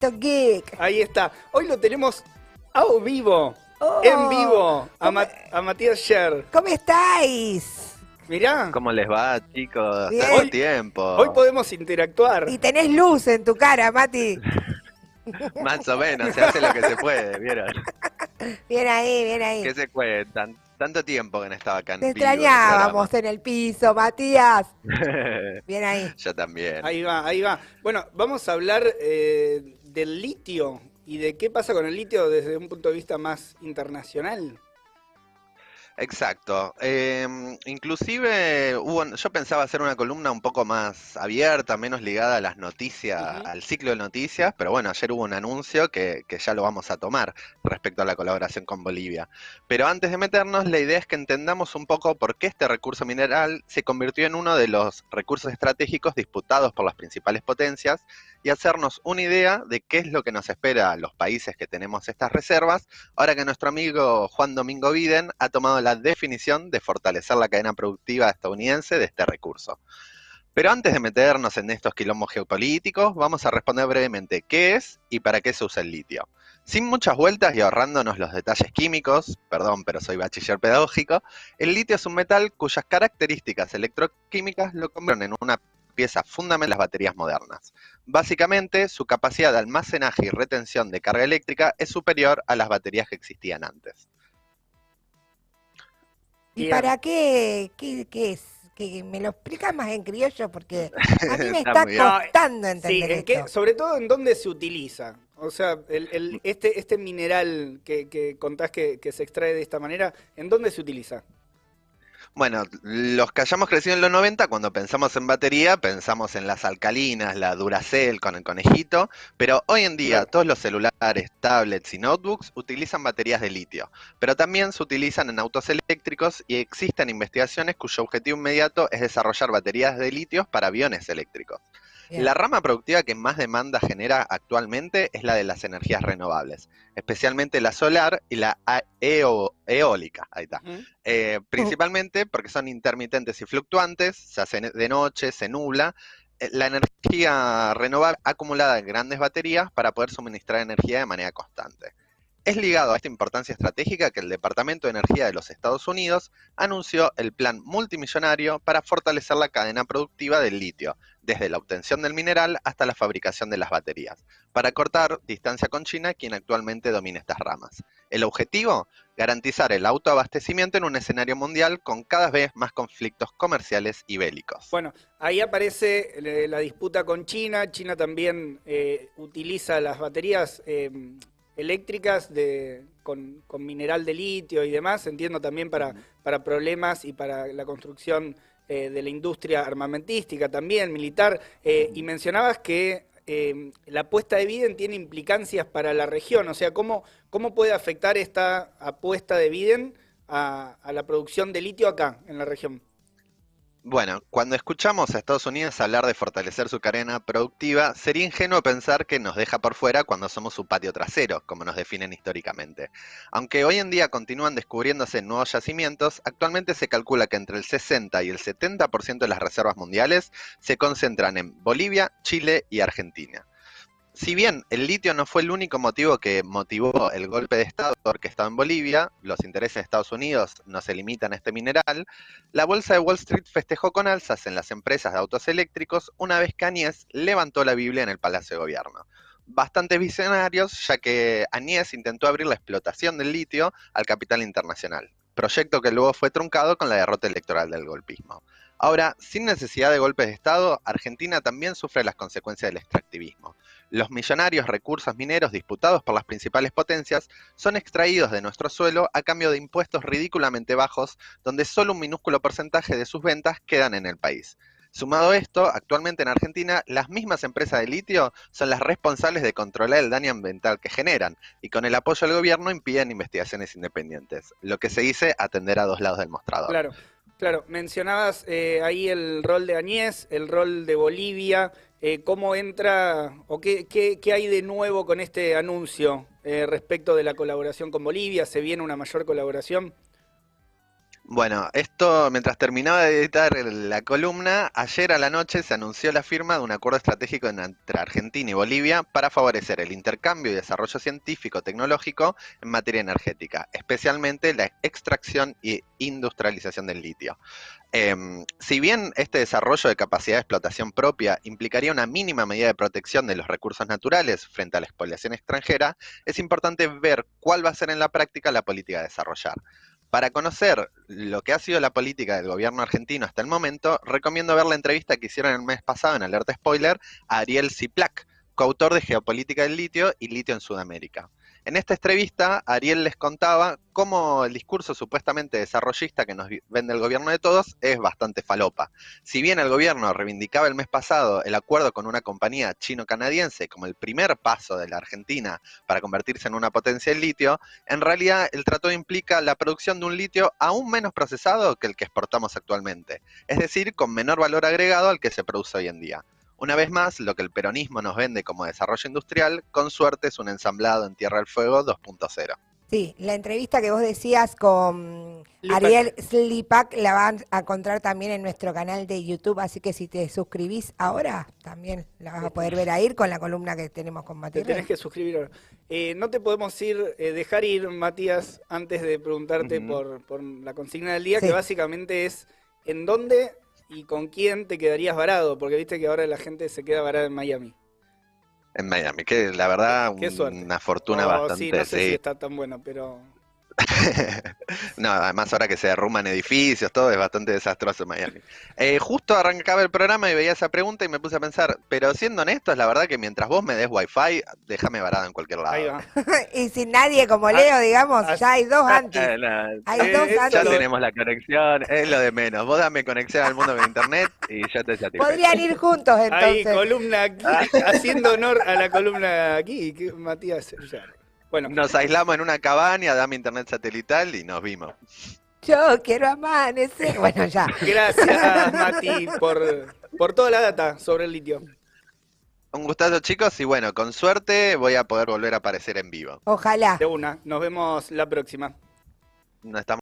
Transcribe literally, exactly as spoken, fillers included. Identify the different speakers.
Speaker 1: Geek.
Speaker 2: Ahí está. Hoy lo tenemos a vivo,
Speaker 1: Oh,
Speaker 2: en vivo, a,
Speaker 1: ¿cómo,
Speaker 2: Ma- a Matías Sher.
Speaker 1: ¿Cómo estáis?
Speaker 2: Mirá,
Speaker 3: ¿Cómo les va, chicos?
Speaker 1: Bien.
Speaker 3: Tanto
Speaker 2: hoy, hoy
Speaker 3: tiempo.
Speaker 2: podemos interactuar.
Speaker 1: Y tenés luz en tu cara, Mati.
Speaker 3: Más o menos, se hace lo que se puede, ¿vieron?
Speaker 1: Bien ahí, bien ahí.
Speaker 3: ¿Qué se cuentan? Tanto tiempo que no estaba acá en
Speaker 1: Te
Speaker 3: vivo en el
Speaker 1: extrañábamos en el piso, Matías.
Speaker 3: programa.
Speaker 1: Bien ahí.
Speaker 3: Yo también.
Speaker 2: Ahí va, ahí va. Bueno, vamos a hablar eh, del litio y de qué pasa con el litio desde un punto de vista más internacional.
Speaker 3: Exacto. Eh, inclusive hubo, yo pensaba hacer una columna un poco más abierta, menos ligada a las noticias,
Speaker 2: Ujú.
Speaker 3: al ciclo de noticias, pero bueno, ayer hubo un anuncio que, que ya lo vamos a tomar respecto a la colaboración con Bolivia. Pero antes de meternos, la idea es que entendamos un poco por qué este recurso mineral se convirtió en uno de los recursos estratégicos disputados por las principales potencias y hacernos una idea de qué es lo que nos espera a los países que tenemos estas reservas, ahora que nuestro amigo Juan Domingo Biden ha tomado la definición de fortalecer la cadena productiva estadounidense de este recurso. Pero antes de meternos en estos quilombos geopolíticos, vamos a responder brevemente qué es y para qué se usa el litio. Sin muchas vueltas y ahorrándonos los detalles químicos, perdón, pero soy bachiller pedagógico, el litio es un metal cuyas características electroquímicas lo convierten en una pieza fundamental de las baterías modernas. Básicamente, su capacidad de almacenaje y retención de carga eléctrica es superior a las baterías que existían antes.
Speaker 1: ¿Y
Speaker 2: Bien.
Speaker 1: para qué, qué, qué es? Que me lo explicas más en criollo porque a mí me
Speaker 3: Está
Speaker 1: está
Speaker 3: muy bien.
Speaker 1: costando
Speaker 2: Sí,
Speaker 1: entender
Speaker 2: ¿en qué,
Speaker 1: esto.
Speaker 2: sobre todo en dónde se utiliza. O sea, el, el- este, este mineral que, que contás que, que se extrae de esta manera, ¿en dónde se utiliza?
Speaker 3: Bueno, los que hayamos crecido en los noventa, cuando pensamos en batería, pensamos en las alcalinas, la Duracell con el conejito, pero hoy en día
Speaker 2: Claro.
Speaker 3: todos los celulares, tablets y notebooks utilizan baterías de litio, pero también se utilizan en autos eléctricos y existen investigaciones cuyo objetivo inmediato es desarrollar baterías de litio para aviones eléctricos.
Speaker 1: Bien.
Speaker 3: La rama productiva que más demanda genera actualmente es la de las energías renovables, especialmente la solar y la a- eo- eólica. Ahí está.
Speaker 2: Ujú.
Speaker 3: Eh, principalmente porque son intermitentes y fluctuantes, se hace de noche, se nubla. Eh, La energía renovable acumulada en grandes baterías para poder suministrar energía de manera constante. Es ligado a esta importancia estratégica que el Departamento de Energía de los Estados Unidos anunció el plan multimillonario para fortalecer la cadena productiva del litio, desde la obtención del mineral hasta la fabricación de las baterías, para cortar distancia con China, quien actualmente domina estas ramas. El objetivo, garantizar el autoabastecimiento en un escenario mundial con cada vez más conflictos comerciales y bélicos.
Speaker 2: Bueno, ahí aparece eh, la disputa con China. China también eh, utiliza las baterías eh, eléctricas de, con, con mineral de litio y demás, entiendo también para, para problemas y para la construcción eh, de la industria armamentística también, militar. Eh, y mencionabas que eh, la apuesta de Biden tiene implicancias para la región, o sea, ¿cómo, cómo puede afectar esta apuesta de Biden a, a la producción de litio acá, en la región?
Speaker 3: Bueno, cuando escuchamos a Estados Unidos hablar de fortalecer su cadena productiva, sería ingenuo pensar que nos deja por fuera cuando somos su patio trasero, como nos definen históricamente. Aunque hoy en día continúan descubriéndose nuevos yacimientos, actualmente se calcula que entre el sesenta y el setenta por ciento de las reservas mundiales se concentran en Bolivia, Chile y Argentina. Si bien el litio no fue el único motivo que motivó el golpe de Estado orquestado en Bolivia, los intereses de Estados Unidos no se limitan a este mineral, la bolsa de Wall Street festejó con alzas en las empresas de autos eléctricos una vez que Añez levantó la Biblia en el Palacio de Gobierno. Bastante visionarios, ya que Añez intentó abrir la explotación del litio al capital internacional, proyecto que luego fue truncado con la derrota electoral del golpismo. Ahora, sin necesidad de golpes de Estado, Argentina también sufre las consecuencias del extractivismo. Los millonarios recursos mineros disputados por las principales potencias son extraídos de nuestro suelo a cambio de impuestos ridículamente bajos, donde solo un minúsculo porcentaje de sus ventas quedan en el país. Sumado a esto, actualmente en Argentina, las mismas empresas de litio son las responsables de controlar el daño ambiental que generan, y con el apoyo del gobierno impiden investigaciones independientes, lo que se dice atender a dos lados del mostrador.
Speaker 2: Claro, claro. Mencionabas eh, ahí el rol de Añez, el rol de Bolivia. Eh, ¿cómo entra o qué, qué, qué hay de nuevo con este anuncio eh, respecto de la colaboración con Bolivia? ¿Se viene una mayor colaboración?
Speaker 3: Bueno, esto, mientras terminaba de editar el- la columna, ayer a la noche se anunció la firma de un acuerdo estratégico en- entre Argentina y Bolivia para favorecer el intercambio y desarrollo científico-tecnológico en materia energética, especialmente la extracción y industrialización del litio. Em, si bien este desarrollo de capacidad de explotación propia implicaría una mínima medida de protección de los recursos naturales frente a la expoliación extranjera, es importante ver cuál va a ser en la práctica la política a desarrollar. Para conocer lo que ha sido la política del gobierno argentino hasta el momento, recomiendo ver la entrevista que hicieron el mes pasado en Alerta Spoiler a Ariel Ziplak, coautor de Geopolítica del litio y litio en Sudamérica. En esta entrevista, Ariel les contaba cómo el discurso supuestamente desarrollista que nos vende el gobierno de todos es bastante falopa. Si bien el gobierno reivindicaba el mes pasado el acuerdo con una compañía chino-canadiense como el primer paso de la Argentina para convertirse en una potencia del litio, en realidad el tratado implica la producción de un litio aún menos procesado que el que exportamos actualmente, es decir, con menor valor agregado al que se produce hoy en día. Una vez más, lo que el peronismo nos vende como desarrollo industrial, con suerte es un ensamblado en Tierra del Fuego dos punto cero.
Speaker 1: Sí, la entrevista que vos decías con
Speaker 2: Lipak.
Speaker 1: Ariel Slipak la van a encontrar también en nuestro canal de YouTube, así que si te suscribís ahora, también la vas a poder ver ahí con la columna que tenemos con
Speaker 2: Te
Speaker 1: Matías.
Speaker 2: tenés que suscribir ahora. Eh, no te podemos ir, eh, dejar ir, Matías, antes de preguntarte
Speaker 3: Ujú.
Speaker 2: por, por la consigna del día,
Speaker 1: Sí.
Speaker 2: que básicamente es ¿en dónde y con quién te quedarías varado? Porque viste que ahora la gente se queda varada en Miami.
Speaker 3: En Miami, que la verdad,
Speaker 2: Qué suerte.
Speaker 3: una fortuna
Speaker 2: Oh,
Speaker 3: bastante,
Speaker 2: sí, no sé si
Speaker 3: sí.
Speaker 2: está tan bueno, pero...
Speaker 3: No, además ahora que se derrumban edificios, todo es bastante desastroso en Miami. Eh, justo arrancaba el programa y veía esa pregunta y me puse a pensar, pero siendo honestos, la verdad que mientras vos me des wifi, déjame varado en cualquier
Speaker 2: Ahí
Speaker 3: lado.
Speaker 2: va.
Speaker 1: Y sin nadie como
Speaker 2: Ah,
Speaker 1: Leo, digamos,
Speaker 2: ah,
Speaker 1: ya hay dos
Speaker 2: ah,
Speaker 1: antis.
Speaker 3: Eh, no,
Speaker 1: Hay
Speaker 2: eh,
Speaker 1: dos
Speaker 2: eso
Speaker 1: antis.
Speaker 3: ya
Speaker 2: lo-
Speaker 3: tenemos la conexión, es lo de menos. Vos dame conexión al mundo con internet y ya te satisfecho.
Speaker 1: Podrían ir juntos
Speaker 2: Ahí,
Speaker 1: entonces.
Speaker 2: columna aquí,
Speaker 3: Ah.
Speaker 2: haciendo honor a la columna aquí, que Matías Ullaro. Bueno,
Speaker 3: Nos aislamos en una cabaña, dame internet satelital y nos vimos.
Speaker 1: Yo quiero amanecer. Bueno, ya.
Speaker 2: gracias, Mati, por, por toda la data sobre el litio.
Speaker 3: Un gustazo, chicos, y bueno, con suerte voy a poder volver a aparecer en vivo.
Speaker 1: Ojalá.
Speaker 2: De una, nos vemos la próxima.
Speaker 3: No estamos